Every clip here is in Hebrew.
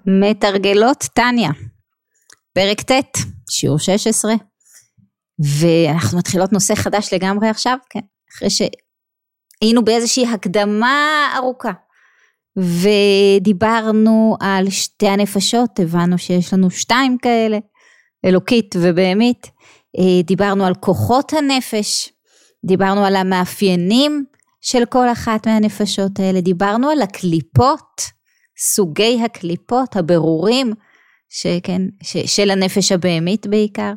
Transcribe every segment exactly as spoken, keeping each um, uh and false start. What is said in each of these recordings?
מתרגלות טניה, פרק ט', שיעור שש עשרה, ואנחנו מתחילות נושא חדש לגמרי עכשיו, כן, אחרי שהיינו באיזושהי הקדמה ארוכה, ודיברנו על שתי הנפשות, הבנו שיש לנו שתיים כאלה, אלוקית ובהמית, דיברנו על כוחות הנפש, דיברנו על המאפיינים של כל אחת מהנפשות האלה, דיברנו על הקליפות, סוגי הקליפות, הבירורים, שכן, ש, של הנפש הבהמית בעיקר.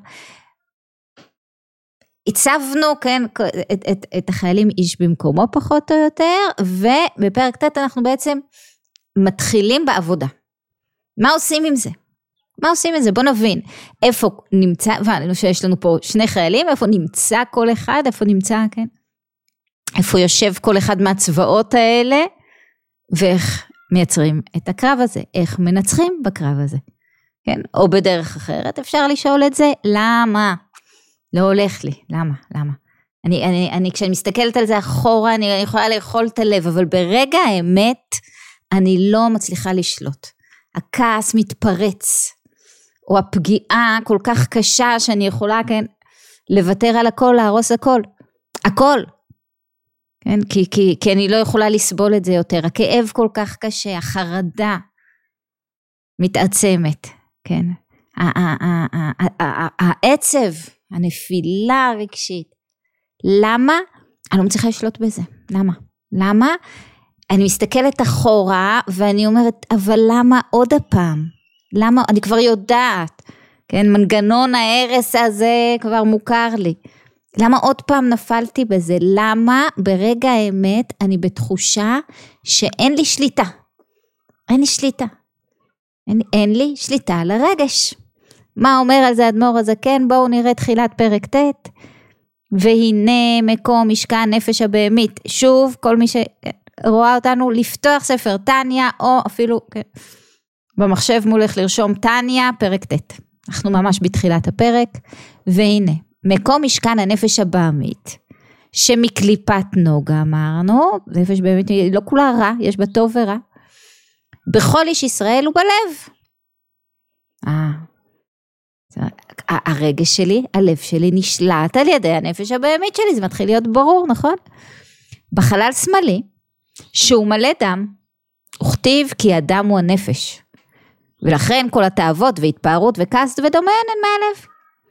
הצבנו, כן, את, את, את החיילים איש במקומו פחות או יותר, ובפרק ט' אנחנו בעצם מתחילים בעבודה. מה עושים עם זה? מה עושים עם זה? בוא נבין, איפה נמצא, שיש לנו פה שני חיילים, איפה נמצא כל אחד, איפה נמצא, כן? איפה יושב כל אחד מהצבאות האלה, ואיך מייצרים את הקרב הזה, איך מנצחים בקרב הזה, כן? או בדרך אחרת, אפשר לשאול את זה, למה? לא הולך לי, למה? למה? אני, אני, אני, כשאני מסתכלת על זה אחורה, אני יכולה לאכול את הלב, אבל ברגע האמת, אני לא מצליחה לשלוט. הכעס מתפרץ, או הפגיעה כל כך קשה, שאני יכולה, כן, לוותר על הכל, להרוס הכל, הכל, כן, כי, כי, כי אני לא יכולה לסבול את זה יותר, הכאב כל כך קשה, החרדה מתעצמת, כן, העצב, הנפילה הרגשית, למה? אני לא מצליחה לשלוט בזה, למה? למה? אני מסתכלת אחורה, ואני אומרת, אבל למה עוד הפעם? למה? אני כבר יודעת, כן, מנגנון ההרס הזה כבר מוכר לי, למה עוד פעם נפלתי בזה? למה ברגע האמת אני בתחושה שאין לי שליטה? אין לי שליטה. אין, אין לי שליטה על הרגש. מה אומר על זה אדמו"ר הזקן? בואו נראה תחילת פרק ט'. והנה מקום משכן נפש הבהמית. שוב, כל מי שרואה אותנו לפתוח ספר טניה, או אפילו כן, במחשב מולך לרשום טניה, פרק ט'. אנחנו ממש בתחילת הפרק. והנה. מקום משכן הנפש הבהמית, שמקליפת נוגה אמרנו, נפש בהמית לא כולה רע, יש בה טוב ורע, בכל איש ישראל הוא בלב. אה, הרגש שלי, הלב שלי נשלט על ידי הנפש הבהמית שלי, זה מתחיל להיות ברור, נכון? בחלל שמאלי, שהוא מלא דם, וכתיב כי הדם הוא הנפש, ולכן כל התאוות והתפארות וכעס ודומיהן הן מהלב.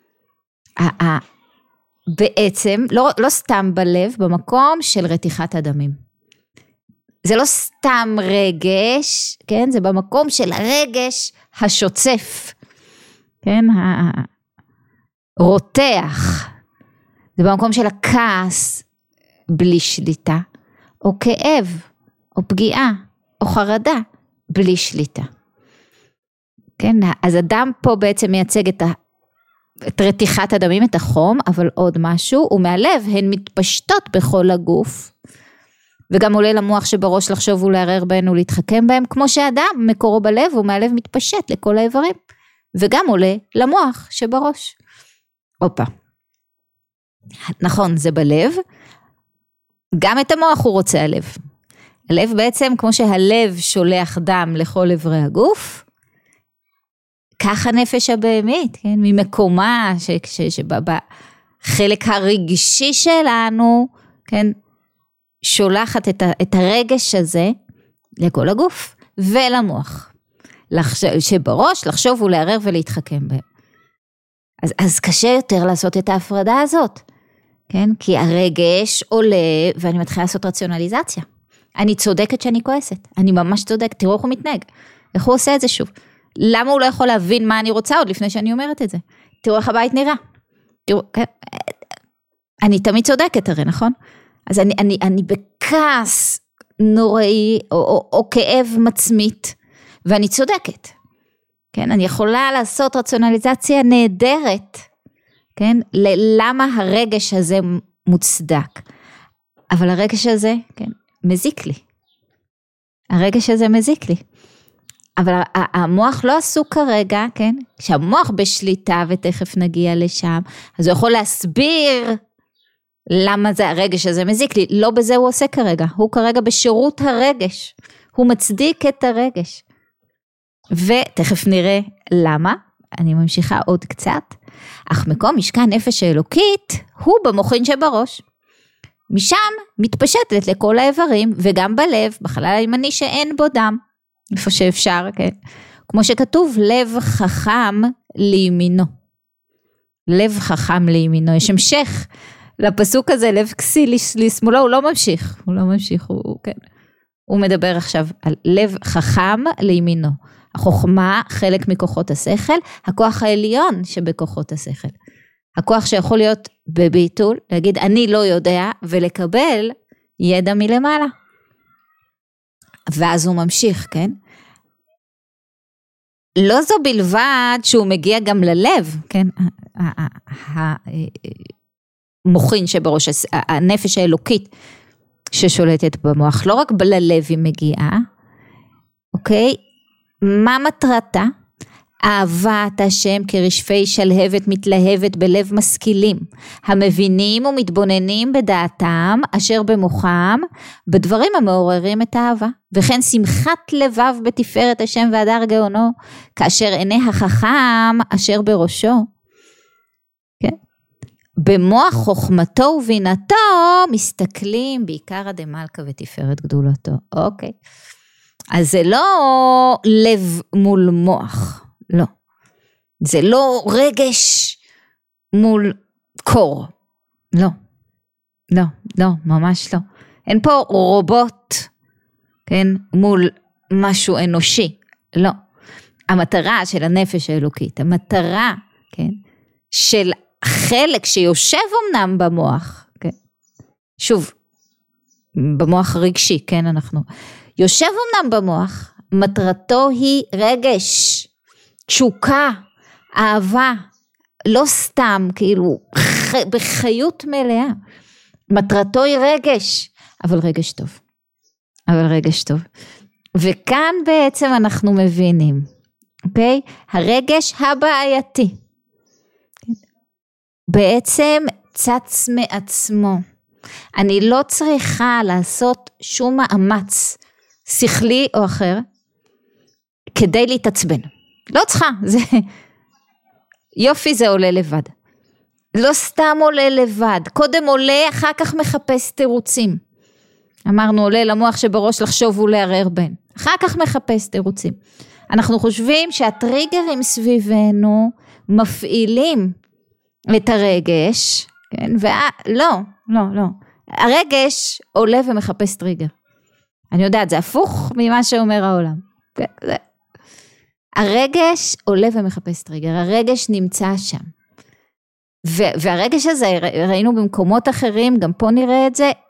בעצם, לא, לא סתם בלב, במקום של רתיחת הדמים. זה לא סתם רגש, כן? זה במקום של הרגש השוצף, כן? הרותח. זה במקום של הכעס בלי שליטה, או כאב, או פגיעה, או חרדה, בלי שליטה. כן? אז הדם פה בעצם מייצג את ה... את רתיחת הדמים, את החום, אבל עוד משהו, ומהלב הן מתפשטות בכל הגוף, וגם עולה למוח שבראש לחשוב ולערער בהן ולהתחכם בהם, כמו שאדם מקורו בלב, ומהלב מתפשט לכל האיברים, וגם עולה למוח שבראש. אופה. נכון, זה בלב, גם את המוח הוא רוצה הלב. הלב בעצם, כמו שהלב שולח דם לכל עברי הגוף, ככה נפש הבהמית, כן, ממקומה, שבחלק הרגשי שלנו, כן, שולחת את, ה, את הרגש הזה, לכל הגוף, ולמוח, לחשוב, שבראש, לחשוב ולערער ולהתחכם בהם. אז, אז קשה יותר לעשות את ההפרדה הזאת, כן, כי הרגש עולה, ואני מתחילה לעשות רציונליזציה. אני צודקת שאני כועסת, אני ממש צודקת, תראו איך הוא מתנהג, איך הוא עושה את זה שוב. למה הוא לא יכול להבין מה אני רוצה עוד לפני שאני אומרת את זה? תראו איך הבית נראה. תראו, אני תמיד צודקת הרי, נכון? אז אני, אני, אני בכעס נוראי, או, או, או כאב מצמית, ואני צודקת. כן? אני יכולה לעשות רציונליזציה נהדרת, כן? למה הרגש הזה מוצדק. אבל הרגש הזה, כן, מזיק לי. הרגש הזה מזיק לי. אבל המוח לא עסוק כרגע, כן? כשהמוח בשליטה, ותכף נגיע לשם, אז הוא יכול להסביר למה זה הרגש הזה מזיק לי. לא בזה הוא עושה כרגע. הוא כרגע בשירות הרגש. הוא מצדיק את הרגש. ותכף נראה למה, אני ממשיכה עוד קצת, אך מקום משכן נפש האלוקית, הוא במוחין שבראש. משם מתפשטת לכל האיברים, וגם בלב, בחלל הימני שאין בו דם, איפה שאפשר, כן? כמו שכתוב, לב חכם לימינו. לב חכם לימינו, יש המשך לפסוק הזה, לב כסיל לשמאלו, הוא לא ממשיך, הוא לא ממשיך, הוא, כן. הוא מדבר עכשיו על לב חכם לימינו. החוכמה, חלק מכוחות השכל, הכוח העליון שבכוחות השכל. הכוח שיכול להיות בביטול, להגיד אני לא יודע, ולקבל ידע מלמעלה. ואז הוא ממשיך, כן? לא זו בלבד שהוא מגיע גם ללב, כן? המוחין שבראש, הנפש האלוקית ששולטת במוח, לא רק ללב היא מגיעה, אוקיי? מה מטרתה? אהבת השם כרשפי שלהבת מתלהבת בלב משכילים, המבינים ומתבוננים בדעתם אשר במוחם, בדברים המעוררים את האהבה, וכן שמחת לבב בתפארת השם והדר גאונו, כאשר עיני החכם אשר בראשו, כן? במוח חוכמתו ובינתו מסתכלים בעיקר דמלכה ותפארת גדולתו, אוקיי. אז זה לא לב מול מוח, לא. זה לא רגש מול קור, לא. לא, לא, ממש לא. אין פה רובוט, כן, מול משהו אנושי, לא. המטרה של הנפש האלוקית, המטרה, כן, של חלק שיושב אמנם במוח, כן, שוב, במוח רגשי, כן, אנחנו, יושב אמנם במוח, מטרתו היא רגש, תשוקה, אהבה, לא סתם, כאילו, בחיות מלאה, מטרתו היא רגש, אבל רגש טוב, אבל רגש טוב, וכאן בעצם אנחנו מבינים, אוקיי? הרגש הבעייתי, בעצם צץ מעצמו, אני לא צריכה לעשות שום מאמץ שכלי או אחר, כדי להתעצבן, לא צריכה, זה, יופי זה עולה לבד, לא סתם עולה לבד, קודם עולה אחר כך מחפש תירוצים, אמרנו עולה למוח שבראש לחשוב ולערער בין, אחר כך מחפש תירוצים, אנחנו חושבים שהטריגרים סביבנו מפעילים את הרגש, כן? ולא, לא, לא, הרגש עולה ומחפש טריגר, אני יודעת זה הפוך ממה שאומר העולם, זה, הרגש עולה ומחפש טריגר, הרגש נמצא שם, ו- והרגש הזה ראינו במקומות אחרים, גם פה נראה את זה,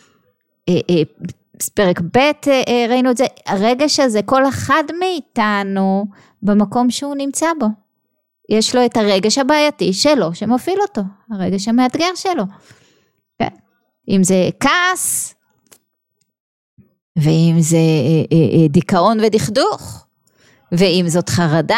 פרק ב' ראינו את זה, הרגש הזה כל אחד מאיתנו במקום שהוא נמצא בו, יש לו את הרגש הבעייתי שלו שמפעיל אותו, הרגש המאתגר שלו, אם זה כעס, ואם זה דיכאון ודכדוך, ואם זאת חרדה,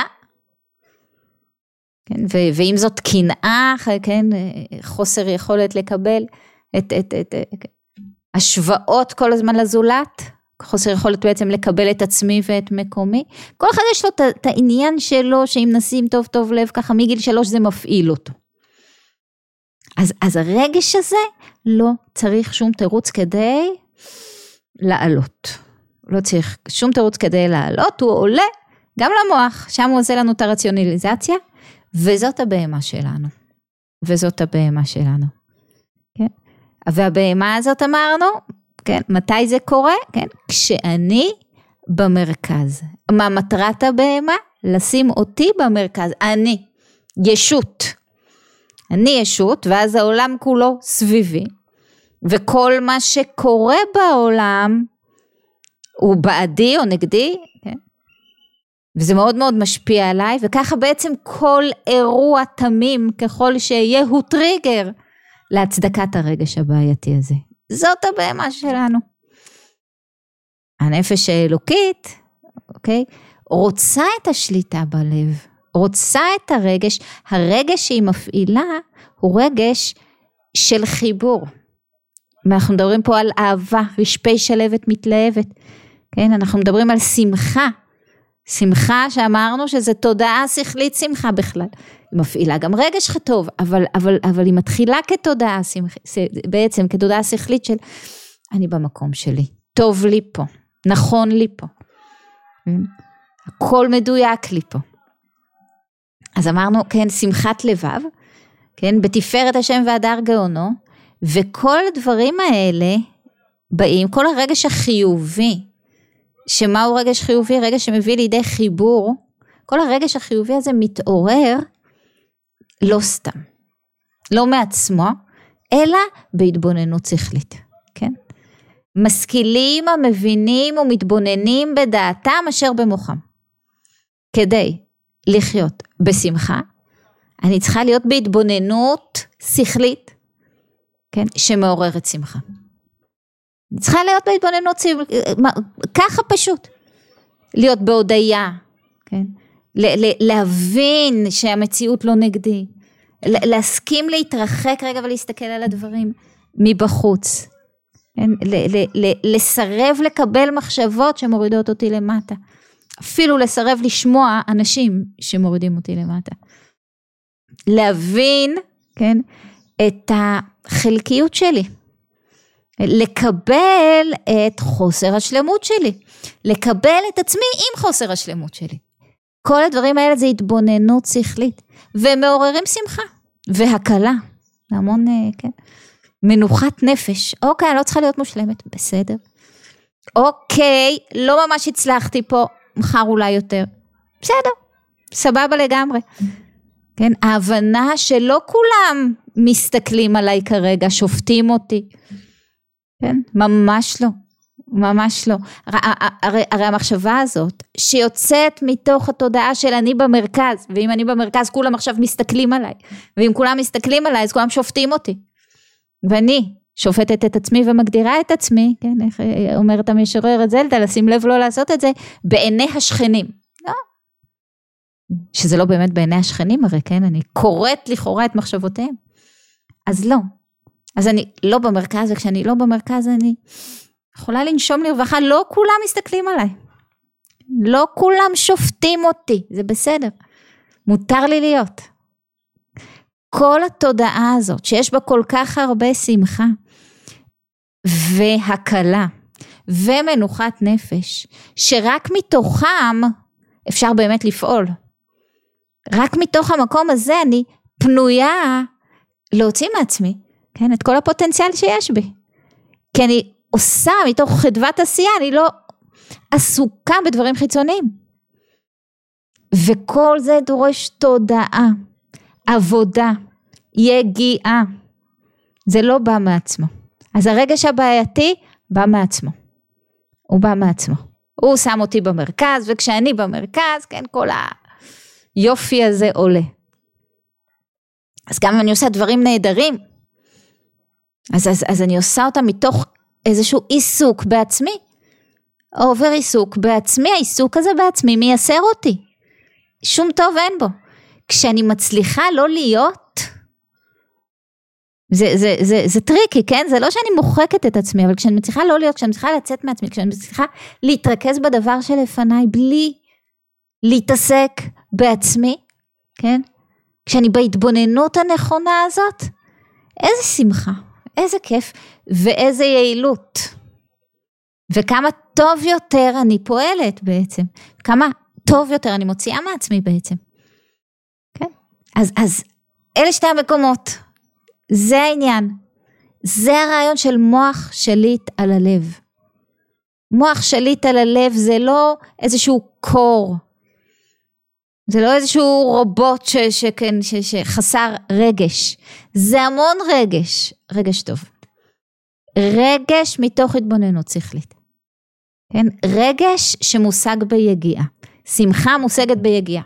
כן, ואם זאת קנאה, כן, חוסר יכולת לקבל את, את, את, את השוואות כל הזמן לזולת, חוסר יכולת בעצם לקבל את עצמי ואת מקומי, כל אחד יש לו את, את העניין שלו, שאם נשים טוב טוב לב, ככה מגיל שלוש זה מפעיל אותו. אז, אז הרגש הזה לא צריך שום תירוץ כדי לעלות. לא צריך שום תירוץ כדי לעלות, הוא עולה גם למוח, שם הוא עושה לנו את הרציונליזציה, וזאת הבהמה שלנו. וזאת הבהמה שלנו. כן? והבהמה הזאת אמרנו, כן? מתי זה קורה? כן? כשאני במרכז. מה מטרת הבהמה? לשים אותי במרכז. אני, ישות. אני ישות, ואז העולם כולו סביבי, וכל מה שקורה בעולם, הוא בעדי או נגדי, כן? וזה מאוד מאוד משפיע עליי, וככה בעצם כל אירוע תמים, ככל שיהיה, הוא טריגר, להצדקת הרגש הבעייתי הזה. זאת הבהמה שלנו. הנפש האלוקית, אוקיי, רוצה את השליטה בלב, רוצה את הרגש, הרגש שהיא מפעילה, הוא רגש של חיבור. אנחנו מדברים פה על אהבה, רשפי שלהבת מתלהבת, כן, אנחנו מדברים על שמחה, שמחה שאמרנו שזה תודעה שכלית שמחה בכלל. היא מפעילה גם רגש טוב, אבל, אבל, אבל היא מתחילה כתודעה, בעצם כתודעה שכלית של, אני במקום שלי, טוב לי פה, נכון לי פה. הכל מדויק לי פה. אז אמרנו, כן, שמחת לבב, כן, בתפארת השם והדר גאונו, וכל הדברים האלה באים, כל הרגש החיובי, שמהו רגש חיובי? רגש שמביא לידי חיבור, כל הרגש החיובי הזה מתעורר, לא סתם, לא מעצמו, אלא בהתבוננות שכלית, כן? משכילים המבינים ומתבוננים בדעתם אשר במוחם. כדי לחיות בשמחה, אני צריכה להיות בהתבוננות שכלית, כן? שמעוררת שמחה. אני צריכה להיות בהתבוננות שכלית, ככה פשוט. להיות בהודיה, כן? להבין שהמציאות לא נגדי, להסכים להתרחק רגע ולהסתכל על הדברים מבחוץ, לסרב לקבל מחשבות שמורידות אותי למטה, אפילו לסרב לשמוע אנשים שמורידים אותי למטה, להבין, כן, את החלקיות שלי, לקבל את חוסר השלמות שלי, לקבל את עצמי עם חוסר השלמות שלי. כל הדברים האלה זה התבוננות שכלית, ומעוררים שמחה, והקלה, המון, כן, מנוחת נפש. אוקיי, אני לא צריכה להיות מושלמת, בסדר. אוקיי, לא ממש הצלחתי פה, מחר אולי יותר. בסדר, סבבה לגמרי. כן, ההבנה שלא כולם מסתכלים עליי כרגע, שופטים אותי. כן, ממש לא. ממש לא. הרי, הרי המחשבה הזאת, שיוצאת מתוך התודעה של אני במרכז, ואם אני במרכז כולם עכשיו מסתכלים עליי, ואם כולם מסתכלים עליי, אז כולם שופטים אותי. ואני שופטת את עצמי ומגדירה את עצמי, כן, איך אומרת המשוררת זלדה, לשים לב לא לעשות את זה, בעיני השכנים. לא. שזה לא באמת בעיני השכנים, הרי כן, אני קוראת לכאורה את מחשבותיהם. אז לא. אז אני לא במרכז, וכשאני לא במרכז אני יכולה לנשום לרווחה, לא כולם מסתכלים עליי. לא כולם שופטים אותי, זה בסדר. מותר לי להיות. כל התודעה הזאת, שיש בה כל כך הרבה שמחה, והקלה, ומנוחת נפש, שרק מתוכם אפשר באמת לפעול. רק מתוך המקום הזה אני פנויה להוציא מעצמי, כן, את כל הפוטנציאל שיש בי. כי אני עושה מתוך חדוות עשייה, אני לא עסוקה בדברים חיצוניים. וכל זה דורש תודעה, עבודה, יגיעה. זה לא בא מעצמו. אז הרגש הבעייתי בא מעצמו. הוא בא מעצמו. הוא שם אותי במרכז, וכשאני במרכז, כן, כל היופי הזה עולה. אז גם אם אני עושה דברים נהדרים, אז, אז, אז אני עושה אותם מתוך איזשהו עיסוק בעצמי, עובר עיסוק בעצמי, העיסוק הזה בעצמי מייסר אותי, שום טוב אין בו. כשאני מצליחה לא להיות, זה, זה, זה, זה טריקי, כן? זה לא שאני מוחקת את עצמי, אבל כשאני מצליחה לא להיות, כשאני מצליחה לצאת מעצמי, כשאני מצליחה להתרכז בדבר שלפניי, בלי להתעסק בעצמי, כן? כשאני בהתבוננות הנכונה הזאת, איזה שמחה, איזה כיף, ואיזה יעילות, וכמה טוב יותר אני פועלת בעצם, כמה טוב יותר אני מוציאה מעצמי בעצם, כן? אז, אז אלה שתי המקומות, זה העניין, זה הרעיון של מוח שליט על הלב. מוח שליט על הלב זה לא איזשהו קור, זה לא איזשהו רובוט ש, שכן, ש, שחסר רגש, זה המון רגש, רגש טוב. רגש מתוך התבוננות שכלית. כן? רגש שמושג ביגיעה. שמחה מושגת ביגיעה.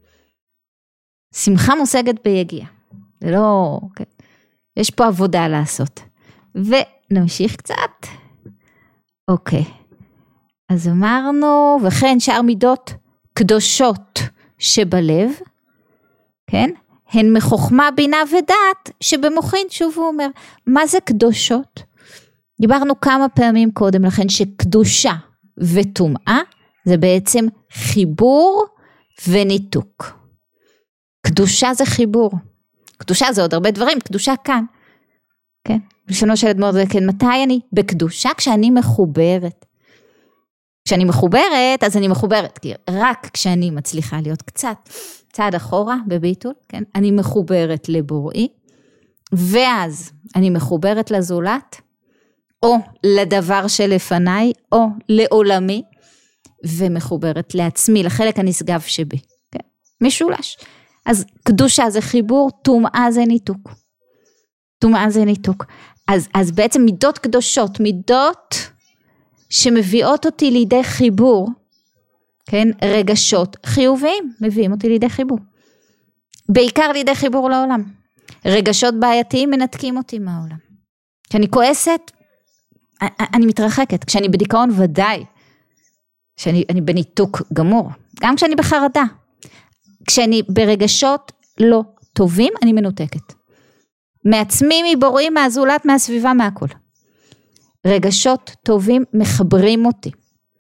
שמחה מושגת ביגיעה. זה לא, כן. יש פה עבודה לעשות. ונמשיך קצת. אוקיי. אז אמרנו, וכן שאר מידות קדושות שבלב, כן? הן מחוכמה, בינה ודעת שבמוחין, שוב הוא אומר, מה זה קדושות? דיברנו כמה פעמים קודם לכן שקדושה וטומאה זה בעצם חיבור וניתוק. קדושה זה חיבור. קדושה זה עוד הרבה דברים, קדושה כאן. כן? בלשונו של אדמו"ר זה כן, מתי אני? בקדושה כשאני מחוברת. כשאני מחוברת, אז אני מחוברת, כי רק כשאני מצליחה להיות קצת צעד אחורה בביטול, כן? אני מחוברת לבוראי, ואז אני מחוברת לזולת, או לדבר שלפניי, או לעולמי, ומחוברת לעצמי, לחלק הנשגב שבי, כן? משולש. אז קדושה זה חיבור, טומאה זה ניתוק. טומאה זה ניתוק. אז, אז בעצם מידות קדושות, מידות שמביאות אותי לידי חיבור, כן? רגשות חיוביים מביאים אותי לידי חיבור. בעיקר לידי חיבור לעולם. רגשות בעייתיים מנתקים אותי מהעולם. כשאני כועסת, אני מתרחקת. כשאני בדיכאון ודאי, כשאני אני בניתוק גמור. גם כשאני בחרדה. כשאני ברגשות לא טובים, אני מנותקת. מעצמי, מבוראים, מהזולת, מהסביבה, מהכל. רגשות טובים מחברים אותי.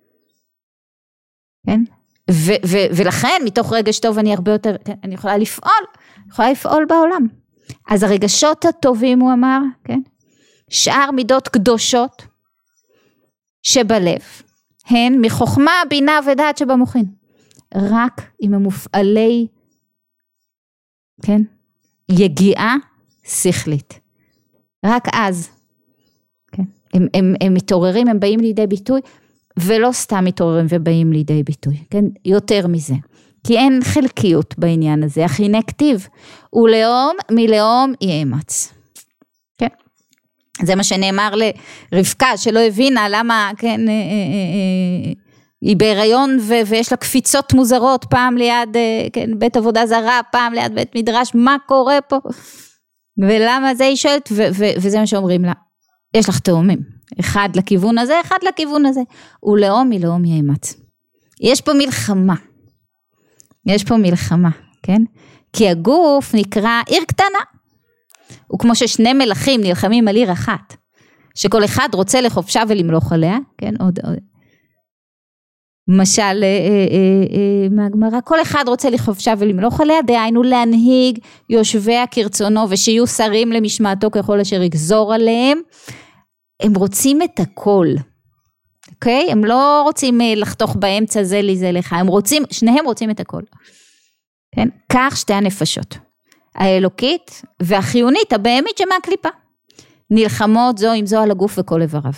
כן? ו- ו- ולכן, מתוך רגש טוב אני הרבה יותר, כן? אני יכולה לפעול, יכולה לפעול בעולם. אז הרגשות הטובים, הוא אמר, כן? שאר מידות קדושות שבלב, הן מחוכמה, בינה ודעת שבמוחין. רק אם הם מופעלי, כן? יגיעה שכלית. רק אז. כן? הם, הם, הם מתעוררים, הם באים לידי ביטוי, ולא סתם מתעוררים ובאים לידי ביטוי. כן? יותר מזה. כי אין חלקיות בעניין הזה. הכינה כתיב, ולאום מלאום יאמץ. כן? זה מה שנאמר לרבקה, שלא הבינה למה, כן, אה, אה, אה, היא בהיריון ו- ויש לה קפיצות מוזרות, פעם ליד, כן, בית עבודה זרה, פעם ליד בית מדרש, מה קורה פה? ולמה זה היא שואלת, ו- ו- וזה מה שאומרים לה, יש לך תאומים, אחד לכיוון הזה, אחד לכיוון הזה, ולאום מלאום יאמץ. יש פה מלחמה, יש פה מלחמה, כן? כי הגוף נקרא עיר קטנה, וכמו ששני מלכים נלחמים על עיר אחת, שכל אחד רוצה לחופשה ולמלוך עליה, כן, עוד, עוד, משל אה, אה, אה, מהגמרא, כל אחד רוצה לחופשה ולמלוך עליה, דהיינו להנהיג יושביה כרצונו, ושיהיו שרים למשמעתו ככל אשר יגזור עליהם, הם רוצים את הכל, אוקיי? הם לא רוצים לחתוך באמצע זה לי זה לך, הם רוצים, שניהם רוצים את הכל, כן? כך שתי הנפשות, האלוקית והחיונית, הבהמית שמהקליפה, נלחמות זו עם זו על הגוף וכל איבריו.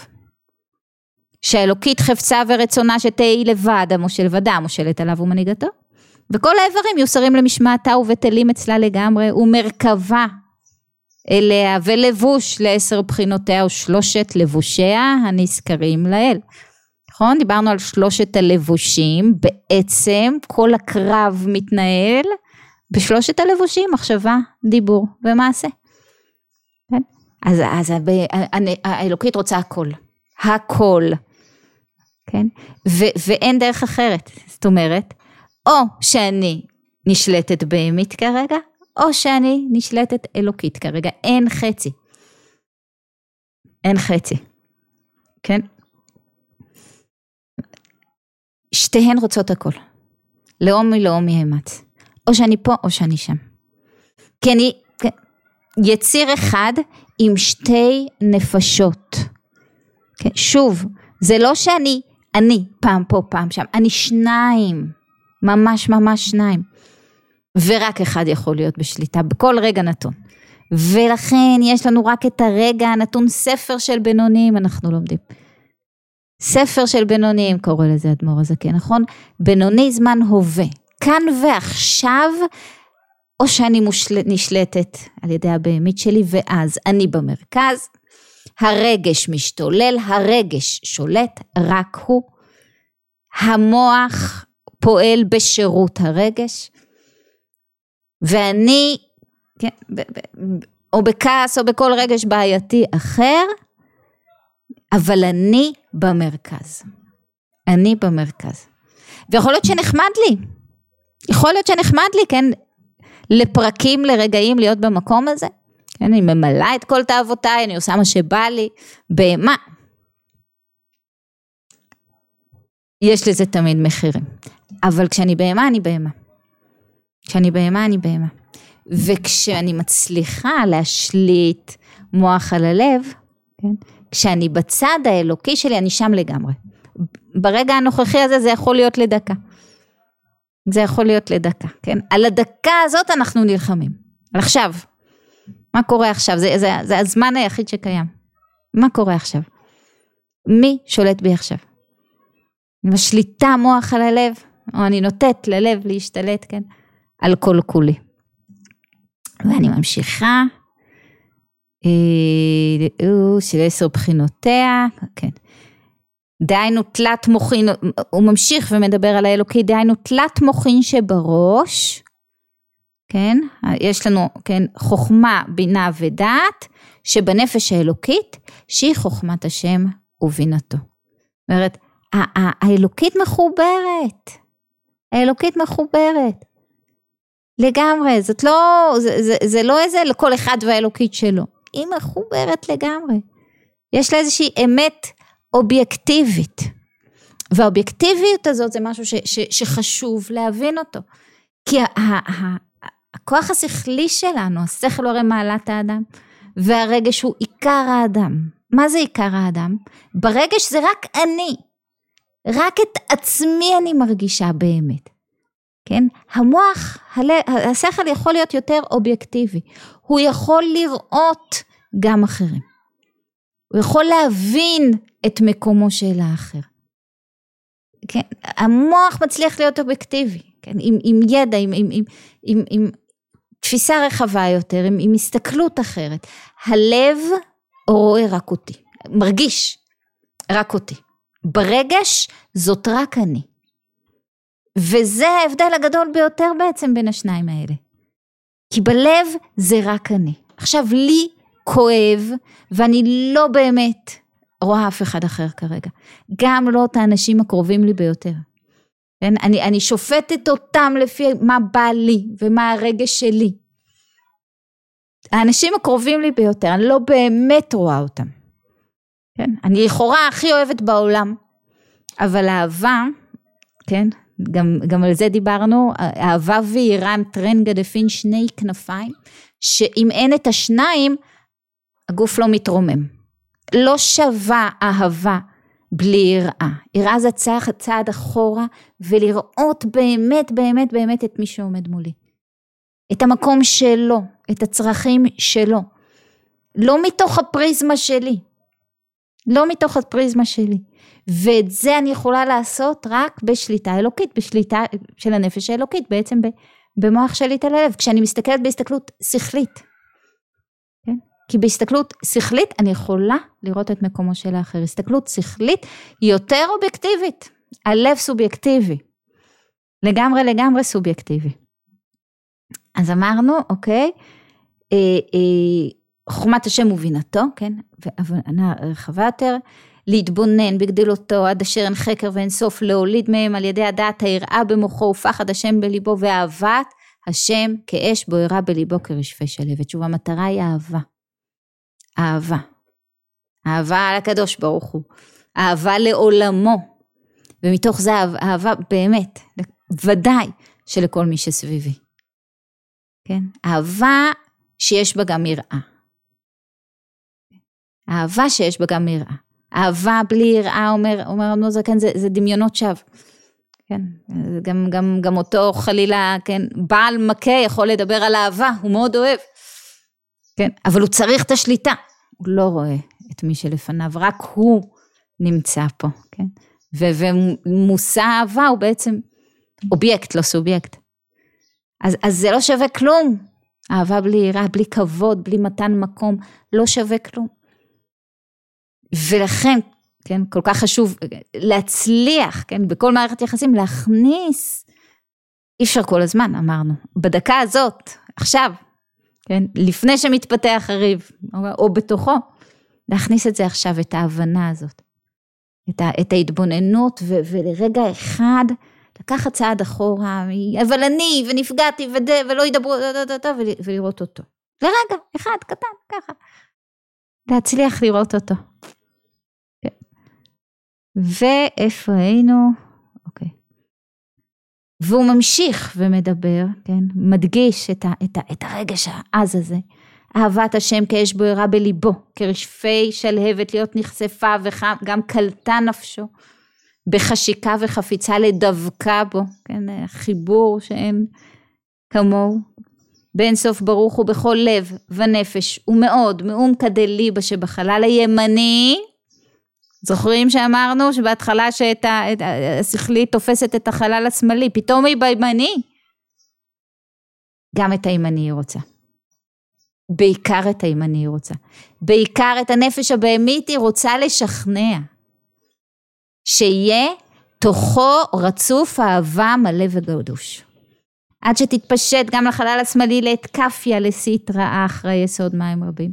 שהאלוקית חפצה ורצונה שתהי לבד, המושל לבדה, המושלת עליו ומנהיגתו, וכל האיברים יוסרים למשמעתה ובטלים אצלה לגמרי, ומרכבה אליה, ולבוש לעשר בחינותיה ושלושת לבושיה הנזכרים לאל. נכון? דיברנו על שלושת הלבושים, בעצם כל הקרב מתנהל בשלושת הלבושים, מחשבה, דיבור ומעשה. כן? אז, אז האלוקית רוצה הכל. הכל. כן? ו- ואין דרך אחרת. זאת אומרת, או שאני נשלטת בהמית כרגע, או שאני נשלטת אלוקית כרגע. אין חצי. אין חצי. כן? שתיהן רוצות הכל. לאום מלאום יאמץ. או שאני פה או שאני שם. כי אני יציר אחד עם שתי נפשות. כן? שוב, זה לא שאני, אני פעם פה פעם שם. אני שניים. ממש ממש שניים. ורק אחד יכול להיות בשליטה בכל רגע נתון. ולכן יש לנו רק את הרגע הנתון, ספר של בינונים אנחנו לומדים. ספר של בינונים קורא לזה אדמו"ר הזקן, נכון? בינוני זמן הווה. כאן ועכשיו, או שאני מושל... נשלטת על ידי הבהמית שלי, ואז אני במרכז, הרגש משתולל, הרגש שולט, רק הוא. המוח פועל בשירות הרגש, ואני, כן, או בכעס או בכל רגש בעייתי אחר, אבל אני במרכז. אני במרכז. ויכול להיות שנחמד לי. יכול להיות שנחמד לי, כן, לפרקים, לרגעים להיות במקום הזה. כן, אני ממלאה את כל תאוותיי, אני עושה מה שבא לי. במה? יש לזה תמיד מחירים. אבל כשאני בהמה, אני בהמה. כשאני בהמה, אני בהמה. וכשאני מצליחה להשליט מוח על הלב, כן? כשאני בצד האלוקי שלי, אני שם לגמרי. ברגע הנוכחי הזה, זה יכול להיות לדקה. זה יכול להיות לדקה, כן? על הדקה הזאת אנחנו נלחמים. על עכשיו. מה קורה עכשיו? זה, זה, זה הזמן היחיד שקיים. מה קורה עכשיו? מי שולט בי עכשיו? אני משליטה מוח על הלב, או אני נותנת ללב להשתלט, כן? על כל כולי. ואני ממשיכה, אה, של עשר בחינותיה, כן. דהיינו תלת מוחין, הוא ממשיך ומדבר על האלוקי, דהיינו תלת מוחין שבראש, כן, יש לנו, כן, חוכמה, בינה ודעת, שבנפש האלוקית, שהיא חוכמת השם ובינתו. זאת אומרת, האלוקית מחוברת, האלוקית מחוברת, לגמרי, זאת לא, זה, זה, זה לא איזה לכל אחד והאלוקית שלו, היא מחוברת לגמרי, יש לה איזושהי אמת אובייקטיבית, והאובייקטיביות הזאת זה משהו ש, ש, שחשוב להבין אותו, כי ה, ה, ה, הכוח השכלי שלנו, השכל הוא הרי מעלת האדם, והרגש הוא עיקר האדם. מה זה עיקר האדם? ברגש זה רק אני, רק את עצמי אני מרגישה באמת, כן? המוח, השכל יכול להיות יותר אובייקטיבי, הוא יכול לראות גם אחרים, הוא יכול להבין את מקומו של האחר, כן? המוח מצליח להיות אובייקטיבי, כן? עם, עם ידע, עם, עם, עם, עם, עם תפיסה רחבה יותר, עם, עם הסתכלות אחרת. הלב רואה רק אותי, מרגיש רק אותי. ברגש זאת רק אני. וזה ההבדל הגדול ביותר בעצם בין השניים האלה. כי בלב זה רק אני. עכשיו לי כואב, ואני לא באמת רואה אף אחד אחר כרגע. גם לא את האנשים הקרובים לי ביותר. כן? אני, אני שופטת אותם לפי מה בא לי, ומה הרגש שלי. האנשים הקרובים לי ביותר, אני לא באמת רואה אותם. כן? אני לכאורה הכי אוהבת בעולם, אבל האהבה, כן? גם, גם על זה דיברנו, אהבה ואירן טרנגה דפין שני כנפיים, שאם אין את השניים, הגוף לא מתרומם. לא שווה אהבה בלי יראה. יראה זה צעד, צעד אחורה, ולראות באמת, באמת, באמת את מי שעומד מולי. את המקום שלו, את הצרכים שלו. לא מתוך הפריזמה שלי. לא מתוך הפריזמה שלי. ואת זה אני יכולה לעשות רק בשליטה אלוקית, בשליטה של הנפש האלוקית, בעצם במוח שלי על הלב, כשאני מסתכלת בהסתכלות שכלית. כן? כי בהסתכלות שכלית אני יכולה לראות את מקומו של האחר. הסתכלות שכלית היא יותר אובייקטיבית. הלב סובייקטיבי. לגמרי לגמרי סובייקטיבי. אז אמרנו, אוקיי, אה, אה, חוכמת השם ובינתו, כן, והבנה רחבה יותר, להתבונן בגדילותו עד אשר אין חקר ואין סוף, להוליד מהם על ידי הדעת היראה במוחו ופחד השם בליבו, ואהבת השם כאש בוערה בליבו כרשפי שלהבת. שוב, המטרה היא אהבה. אהבה. אהבה על הקדוש ברוך הוא. אהבה לעולמו. ומתוך זה אהבה באמת, ודאי שלכל מי שסביבי. כן? אהבה שיש בה גם יראה. אהבה שיש בה גם יראה. אהבה בלי יראה, אומר, אומר אמנו זה, כן, זה, זה דמיונות שווא. כן? גם, גם, גם אותו חלילה, כן, בעל מכה יכול לדבר על אהבה, הוא מאוד אוהב. כן? אבל הוא צריך את השליטה. הוא לא רואה את מי שלפניו, רק הוא נמצא פה. כן? ו- ומושא אהבה הוא בעצם אובייקט, לא סובייקט. אז, אז זה לא שווה כלום. אהבה בלי יראה, בלי כבוד, בלי מתן מקום, לא שווה כלום. ולכן, כן, כל כך חשוב להצליח, כן, בכל מערכת יחסים, להכניס, אי אפשר כל הזמן, אמרנו, בדקה הזאת, עכשיו, כן, לפני שמתפתח הריב, או, או בתוכו, להכניס את זה עכשיו, את ההבנה הזאת, את, ה, את ההתבוננות, ו, ולרגע אחד, לקחת צעד אחורה, אבל אני, ונפגעתי, ודה, ולא ידברו, ולראות אותו. לרגע, אחד, קטן, ככה. להצליח לראות אותו. ואיפה היינו? והוא ממשיך ומדבר, כן, מדגיש את, ה, את, ה, את הרגש העז הזה, אהבת השם כאש בוערה בליבו, כרשפי שלהבת להיות נחשפה וגם קלטה נפשו, בחשיקה וחפיצה לדווקא בו, כן, חיבור שאין כמוהו, בין סוף ברוך הוא בכל לב ונפש, ומאוד מאום כדליבה שבחלל הימני, זוכרים שאמרנו שבהתחלה שהשכלית תופסת את החלל השמאלי, פתאום היא בימני, גם את הימני היא רוצה. בעיקר את הימני היא רוצה. בעיקר את הנפש הבהמית היא רוצה לשכנע. שיהיה תוכו רצוף אהבה מלא וגדוש. עד שתתפשט גם לחלל השמאלי להתקפיה לסטרא אחרא יסוד מים רבים.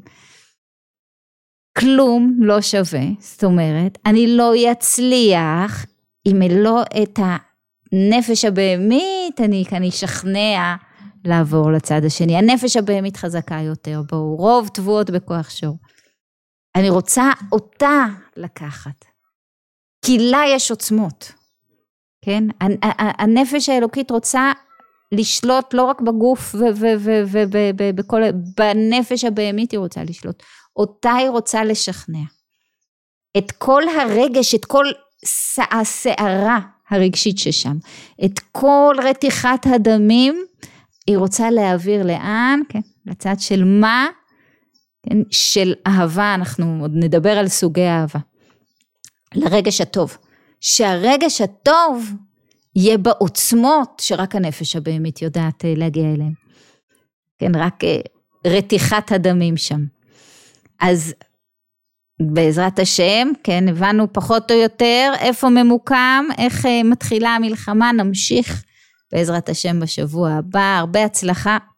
כלום לא שווה, זאת אומרת, אני לא יצליח, אם לא את הנפש הבהמית, אני כאן אשכנע לעבור לצד השני. הנפש הבהמית חזקה יותר, בואו, רוב תבואות בכוח שור. אני רוצה אותה לקחת, כי לה יש עוצמות, כן? הנפש האלוקית רוצה לשלוט לא רק בגוף ובכל, בנפש הבהמית היא רוצה לשלוט. אותה היא רוצה לשכנע. את כל הרגש, את כל השערה הרגשית ששם, את כל רתיחת הדמים, היא רוצה להעביר לאן? כן, לצד של מה? כן, של אהבה, אנחנו עוד נדבר על סוגי אהבה. לרגש הטוב. שהרגש הטוב יהיה בעוצמות שרק הנפש הבהמית יודעת להגיע אליהם. כן, רק רתיחת הדמים שם. אז בעזרת השם, כן, הבנו פחות או יותר איפה ממוקם, איך מתחילה המלחמה, נמשיך בעזרת השם בשבוע הבא, הרבה הצלחה.